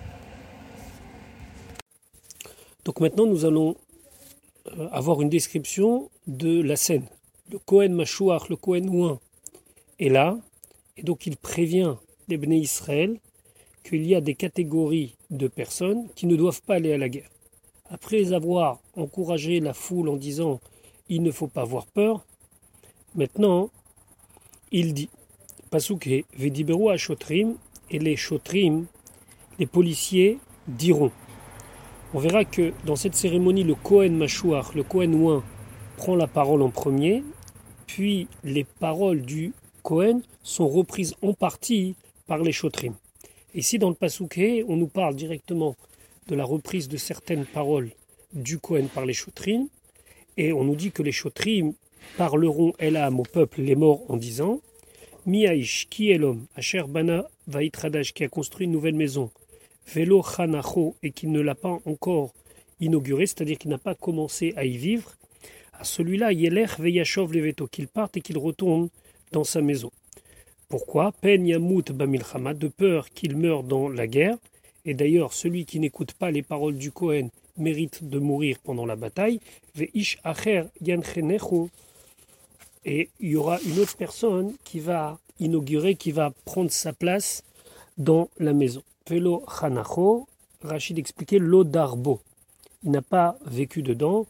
Donc maintenant, nous allons avoir une description de la scène. Le Kohen Mashouach, le Kohen Ouin, est là, et donc il prévient les Bnei Israël qu'il y a des catégories de personnes qui ne doivent pas aller à la guerre. Après avoir encouragé la foule en disant « il ne faut pas avoir peur », maintenant, il dit « Pasouké, vediberu à Shotrim » et les Shotrim, les policiers, diront. On verra que dans cette cérémonie, le Kohen Mashouach, le Kohen Ouin, prend la parole en premier, puis les paroles du Kohen sont reprises en partie par les Shotrim. Ici, dans le Pasouké, on nous parle directement de la reprise de certaines paroles du Kohen par les Shotrim, et on nous dit que les Shotrim parleront Elam au peuple, les morts, en disant « Miaïch, qui est l'homme, Asher Bana Vaitradash, qui a construit une nouvelle maison, Velo Chanacho, et qui ne l'a pas encore inauguré, c'est-à-dire qu'il n'a pas commencé à y vivre, à celui-là, Yelech Veyashov Leveto, qu'il parte et qu'il retourne dans sa maison. » Pourquoi ? Pen Yamut Bamilchama, de peur qu'il meure dans la guerre. Et d'ailleurs, celui qui n'écoute pas les paroles du Kohen mérite de mourir pendant la bataille. Veish Acher Yanchenechu. Et il y aura une autre personne qui va inaugurer, qui va prendre sa place dans la maison. Velo Chanacho, Rachid expliquait l'Odarbo. Il n'a pas vécu dedans.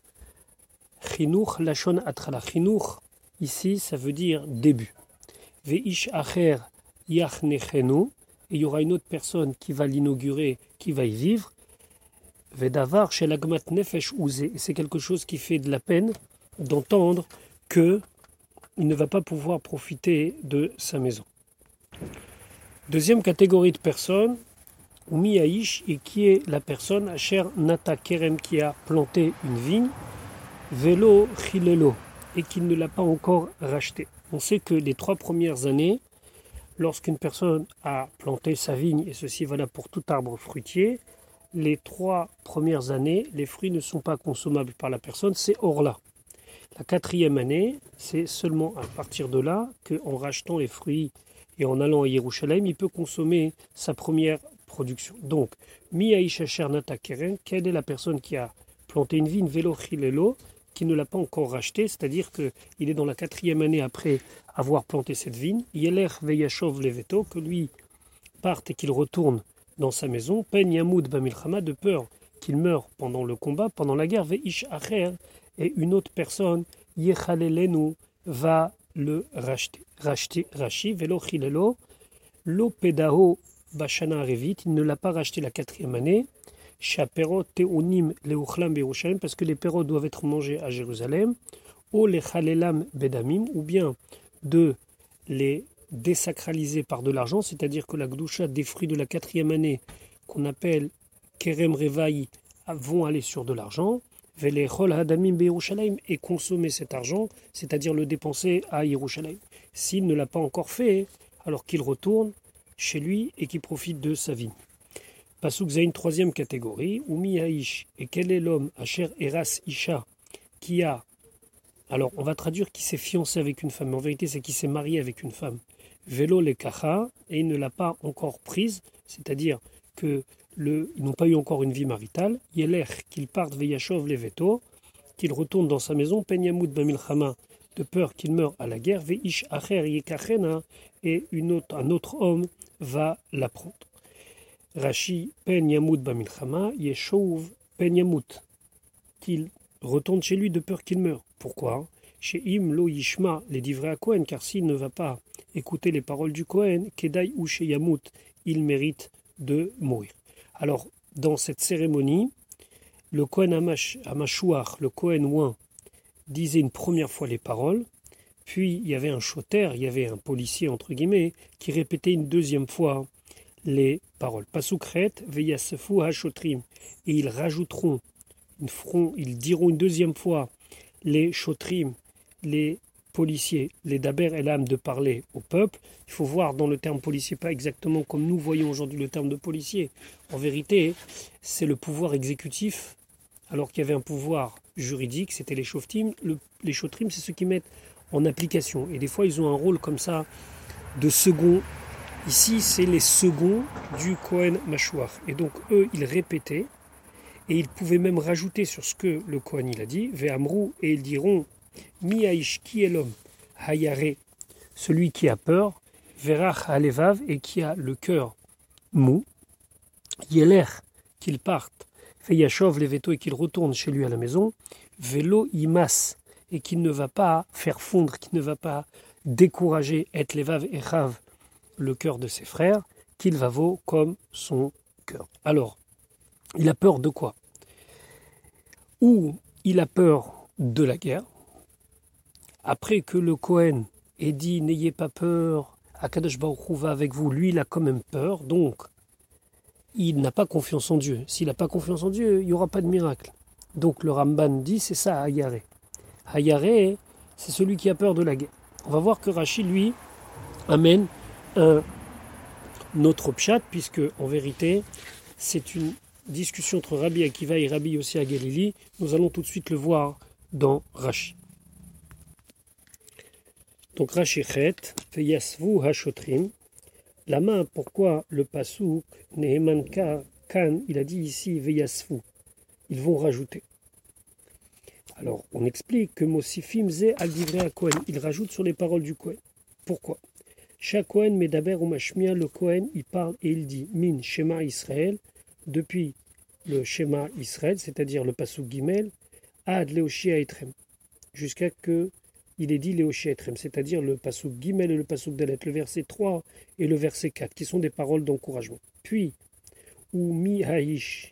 Chinuch Lachon Atrala. Chinuch, ici, ça veut dire début. Veish Acher Yachnechenu, et il y aura une autre personne qui va l'inaugurer, qui va y vivre. Vedavar Shel Agmat Nefesh Ouzé, et c'est quelque chose qui fait de la peine d'entendre que il ne va pas pouvoir profiter de sa maison. Deuxième catégorie de personnes, Umi Aïch, et qui est la personne Asher Nata Kerem, qui a planté une vigne, Velo Chilelo, et qui ne l'a pas encore rachetée. On sait que les trois premières années, lorsqu'une personne a planté sa vigne, et ceci est valable pour tout arbre fruitier, les trois premières années, les fruits ne sont pas consommables par la personne, c'est hors-là. La quatrième année, c'est seulement à partir de là qu'en rachetant les fruits et en allant à Yerushalayim, il peut consommer sa première production. Donc, Mi Aïcha Shernata Keren, quelle est la personne qui a planté une vigne, Velo Chilelo, qui ne l'a pas encore racheté, c'est-à-dire qu'il est dans la quatrième année après avoir planté cette vigne, Yeler Veyashov Leveto, que lui parte et qu'il retourne dans sa maison, Pen Yamoud Bamilchama, de peur qu'il meure pendant le combat, pendant la guerre, Veish Acher, et une autre personne, Yechalelenu, va le racheter. Racheter, Rachi, Velo Chilelo, Lo Pedaho Bashana Revit, il ne l'a pas racheté la quatrième année, Chaperot Teonim Leuchlam Berushalayim, parce que les perrots doivent être mangés à Jérusalem, ou les Chalelam Bedamim, ou bien de les désacraliser par de l'argent, c'est-à-dire que la Gdusha des fruits de la quatrième année, qu'on appelle Kerem Revaï, vont aller sur de l'argent, Velechol Hadamim Berushalayim, et consommer cet argent, c'est-à-dire le dépenser à Yerushalayim. S'il ne l'a pas encore fait, alors qu'il retourne chez lui et qu'il profite de sa vigne. Pasuk Zayin, troisième catégorie, Umi Haïch, et quel est l'homme, Asher Eras Isha, qui a, alors on va traduire qui s'est fiancé avec une femme, mais en vérité c'est qui s'est marié avec une femme, Velo le Kacha, et il ne l'a pas encore prise, c'est-à-dire que le, ils n'ont pas eu encore une vie maritale, Yeler, qu'il parte Veyashov Leveto, qu'il retourne dans sa maison, Penyamut Bamilchama, de peur qu'il meure à la guerre, Veish Acher Yekachena, et une autre, un autre homme va la prendre. Rashi Pen Yamut Bamilchama, Yeshouv Pen Yamut, qu'il retourne chez lui de peur qu'il meure. Pourquoi ? Chez Im Lo Yishma, les divrei à Kohen, car s'il ne va pas écouter les paroles du Kohen, Kedai ou chez Yamut, il mérite de mourir. Alors, dans cette cérémonie, le Kohen Amashouach, le Kohen Ouin, disait une première fois les paroles, puis il y avait un choter, il y avait un policier entre guillemets, qui répétait une deuxième fois les paroles. Pasukret, Veyasefu Hashotrim, et ils rajouteront, une front, ils diront une deuxième fois les Shotrim, les policier, les daber et l'âme de parler au peuple. Il faut voir dans le terme policier, pas exactement comme nous voyons aujourd'hui le terme de policier. En vérité, c'est le pouvoir exécutif, alors qu'il y avait un pouvoir juridique, c'était les shoftim. Le, les shotrim, c'est ceux qui mettent en application. Et des fois, ils ont un rôle comme ça de second. Ici, c'est les seconds du Kohen Mashouach. Et donc, eux, ils répétaient, et ils pouvaient même rajouter sur ce que le Kohen il a dit, Ve'amrou, et ils diront, Mi haïsh, qui est l'homme, Hayare, celui qui a peur, Verach alevav, et qui a le cœur mou, Yeler, qu'il parte, Feyashov leveto, et qu'il retourne chez lui à la maison, Velo imas, et qu'il ne va pas faire fondre, qu'il ne va pas décourager, et levav et chav, le cœur de ses frères, qu'il va vaut comme son cœur. Alors, il a peur de quoi? Ou il a peur de la guerre. Après que le Kohen ait dit « N'ayez pas peur, Akadosh Baruch Hu va avec vous », lui il a quand même peur, donc il n'a pas confiance en Dieu. S'il n'a pas confiance en Dieu, il n'y aura pas de miracle. Donc le Ramban dit, c'est ça, Hayare. Hayare, c'est celui qui a peur de la guerre. On va voir que Rashi, lui, amène un autre pshat, puisque en vérité, c'est une discussion entre Rabbi Akiva et Rabbi Yossi HaGelili. Nous allons tout de suite le voir dans Rashi. Donc Rashi chet, Veyasvu hashotrim. La main, pourquoi le pasouk, Neheman Kan, il a dit ici Veyasvu. Ils vont rajouter. Alors, on explique que Mosifim ze al divrei Kohen. Il rajoute sur les paroles du Kohen. Pourquoi? Chaque Kohen medaber ou mashmia, le Kohen, il parle et il dit Min Shema Israël, depuis le Shema Israël, c'est-à-dire le pasuk Gimel, ad Leoshia Etrem, jusqu'à que il est dit Leoshia Etrem, c'est-à-dire le pasuk Gimel et le pasuk Dalet, le verset trois et le verset quatre, qui sont des paroles d'encouragement. Puis, ou mi haïsh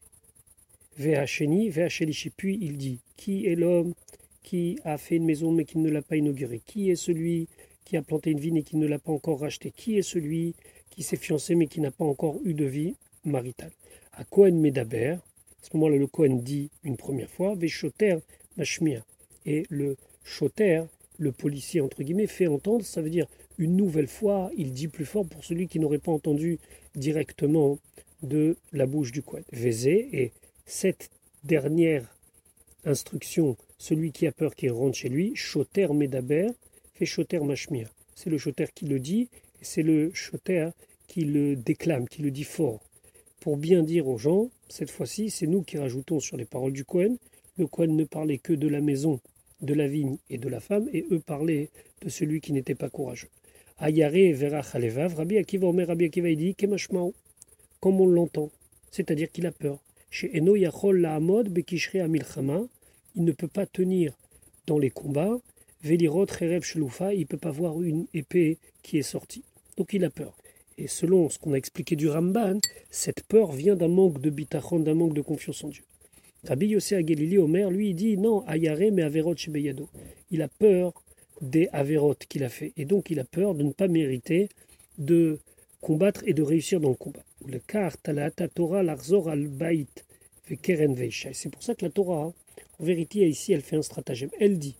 Vehacheni, Vehachelishi, puis il dit qui est l'homme qui a fait une maison mais qui ne l'a pas inaugurée? Qui est celui qui a planté une vigne et qui ne l'a pas encore rachetée? Qui est celui qui s'est fiancé mais qui n'a pas encore eu de vie maritale? À Kohen Medaber, à ce moment-là, le Kohen dit une première fois, Veshoter Mashmia. Et le Shoter, le policier, entre guillemets, fait entendre, ça veut dire une nouvelle fois, il dit plus fort pour celui qui n'aurait pas entendu directement de la bouche du Kohen. Vézé, et cette dernière instruction, celui qui a peur qu'il rentre chez lui, Shoter Medaber, fait Shoter Mashmia. C'est le Shoter qui le dit, et c'est le Shoter qui le déclame, qui le dit fort. Pour bien dire aux gens, cette fois-ci, c'est nous qui rajoutons sur les paroles du Kohen. Le Kohen ne parlait que de la maison, de la vigne et de la femme, et eux parlaient de celui qui n'était pas courageux. Ayare verach alevav, Rabbi Akiva Omer, Rabbi Akiva il dit, Kemashmao, comme on l'entend, c'est-à-dire qu'il a peur. Chez Eno Yachol Lahamod Bekishre Amilchama, il ne peut pas tenir dans les combats, Velirot Cherev Sheloufa, il ne peut pas voir une épée qui est sortie. Donc il a peur. Et selon ce qu'on a expliqué du Ramban, cette peur vient d'un manque de bitachon, d'un manque de confiance en Dieu. Rabbi Yossi HaGelili Omer, lui, il dit non, Ayare mais Averot Shebeyado. Il a peur des Averot qu'il a fait. Et donc il a peur de ne pas mériter de combattre et de réussir dans le combat. Le kar talata Torah l'arzor al bait ve keren veisha. C'est pour ça que la Torah, en vérité, ici, elle fait un stratagème. Elle dit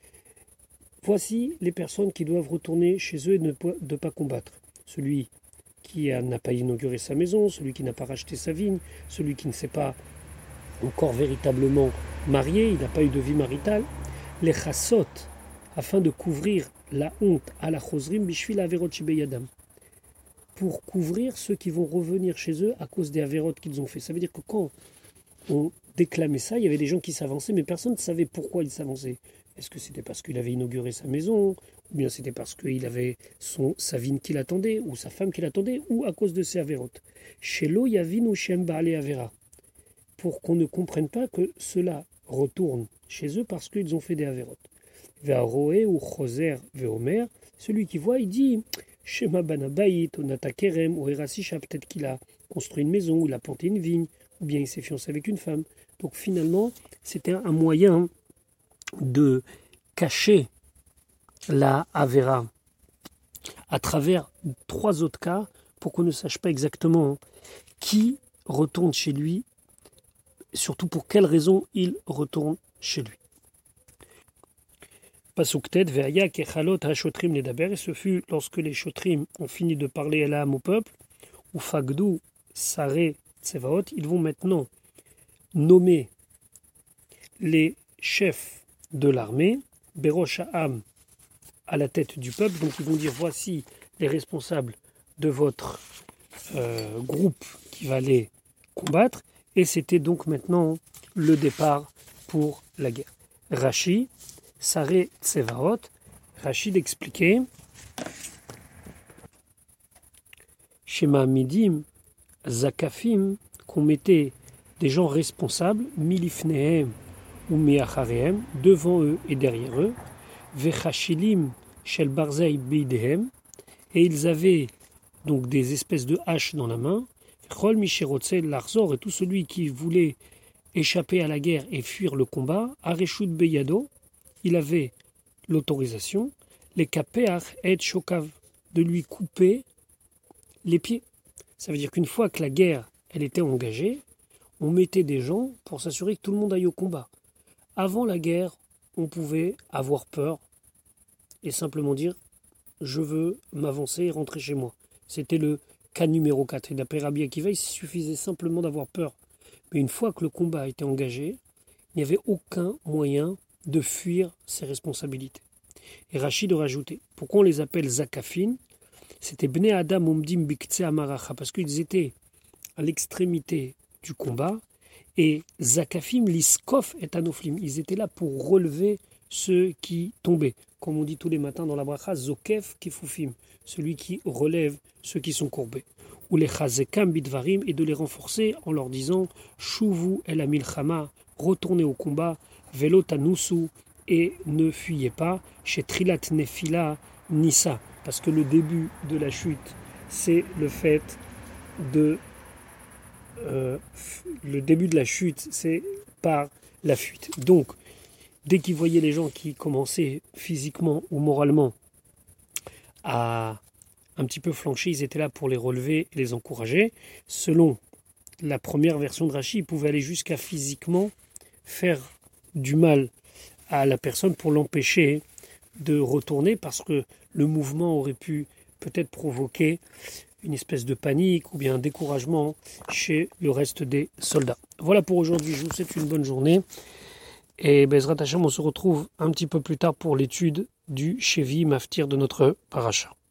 voici les personnes qui doivent retourner chez eux et ne de pas combattre. Celui qui n'a pas inauguré sa maison, celui qui n'a pas racheté sa vigne, celui qui ne s'est pas encore véritablement marié, il n'a pas eu de vie maritale, les chassot, afin de couvrir la honte à la chosrim bishvil averot shebeyadam, pour couvrir ceux qui vont revenir chez eux à cause des averot qu'ils ont fait. Ça veut dire que quand on déclamait ça, il y avait des gens qui s'avançaient, mais personne ne savait pourquoi ils s'avançaient. Est-ce que c'était parce qu'il avait inauguré sa maison, ou bien c'était parce qu'il avait son, sa vigne qui l'attendait, ou sa femme qui l'attendait, ou à cause de ses avérotes. Shelo yavinu shem baale avera. Pour qu'on ne comprenne pas que cela retourne chez eux parce qu'ils ont fait des avérotes. Ve'aroé ou choser ve'omer, celui qui voit, il dit Shema banabayit, onata kerem, ou erasisha, peut-être qu'il a construit une maison, ou il a planté une vigne, ou bien il s'est fiancé avec une femme. Donc finalement, c'était un moyen de cacher la Avera à travers trois autres cas pour qu'on ne sache pas exactement qui retourne chez lui, surtout pour quelle raison il retourne chez lui. Pasuktet, Veaya, Kechalot, Hashotrim, Nedaber, et ce fut lorsque les Shotrim ont fini de parler à l'âme au peuple, ou Fagdou, Sare, Tsevaot, ils vont maintenant nommer les chefs de l'armée, Berosh Ha'am, à la tête du peuple, donc ils vont dire voici les responsables de votre euh, groupe qui va les combattre, et c'était donc maintenant le départ pour la guerre. Rashi, Sare Tsevaot, Rachid expliquait Shema Midim, Zakafim, qu'on mettait des gens responsables, Milifnehem ou Meacharehem, devant eux et derrière eux, Vechashilim Shel Barzei Beidehem, et ils avaient donc des espèces de haches dans la main, Chol Misherotzel Larzor, et tout celui qui voulait échapper à la guerre et fuir le combat, Areshut Beyado, il avait l'autorisation, les Kapeach et Shokav, de lui couper les pieds. Ça veut dire qu'une fois que la guerre elle était engagée, on mettait des gens pour s'assurer que tout le monde aille au combat. Avant la guerre, on pouvait avoir peur et simplement dire « je veux m'avancer et rentrer chez moi ». C'était le cas numéro quatre. Et d'après Rabbi Akiva, il suffisait simplement d'avoir peur. Mais une fois que le combat était engagé, il n'y avait aucun moyen de fuir ses responsabilités. Et Rachid rajoutait, pourquoi on les appelle Zakafin? C'était Bnei Adam Omdim Biktseh Amaracha, parce qu'ils étaient à l'extrémité du combat, et Zakafim Liskof et Anoflim, ils étaient là pour relever ceux qui tombaient. Comme on dit tous les matins dans la bracha, Zokef Kefufim, celui qui relève ceux qui sont courbés. Ou les Chazekam Bidvarim, et de les renforcer en leur disant Shuvu el Amilchama, retournez au combat, Velo Tanusu, et ne fuyez pas, chez Trilat Nefila Nissa, parce que le début de la chute, c'est le fait de. Euh, le début de la chute, c'est par la fuite. Donc, dès qu'ils voyaient les gens qui commençaient physiquement ou moralement à un petit peu flancher, ils étaient là pour les relever et les encourager. Selon la première version de Rashi, ils pouvaient aller jusqu'à physiquement faire du mal à la personne pour l'empêcher de retourner, parce que le mouvement aurait pu peut-être provoquer une espèce de panique ou bien un découragement chez le reste des soldats. Voilà pour aujourd'hui, je vous souhaite une bonne journée. Et Bezrat Hashem, on se retrouve un petit peu plus tard pour l'étude du Shevi Maftir de notre paracha.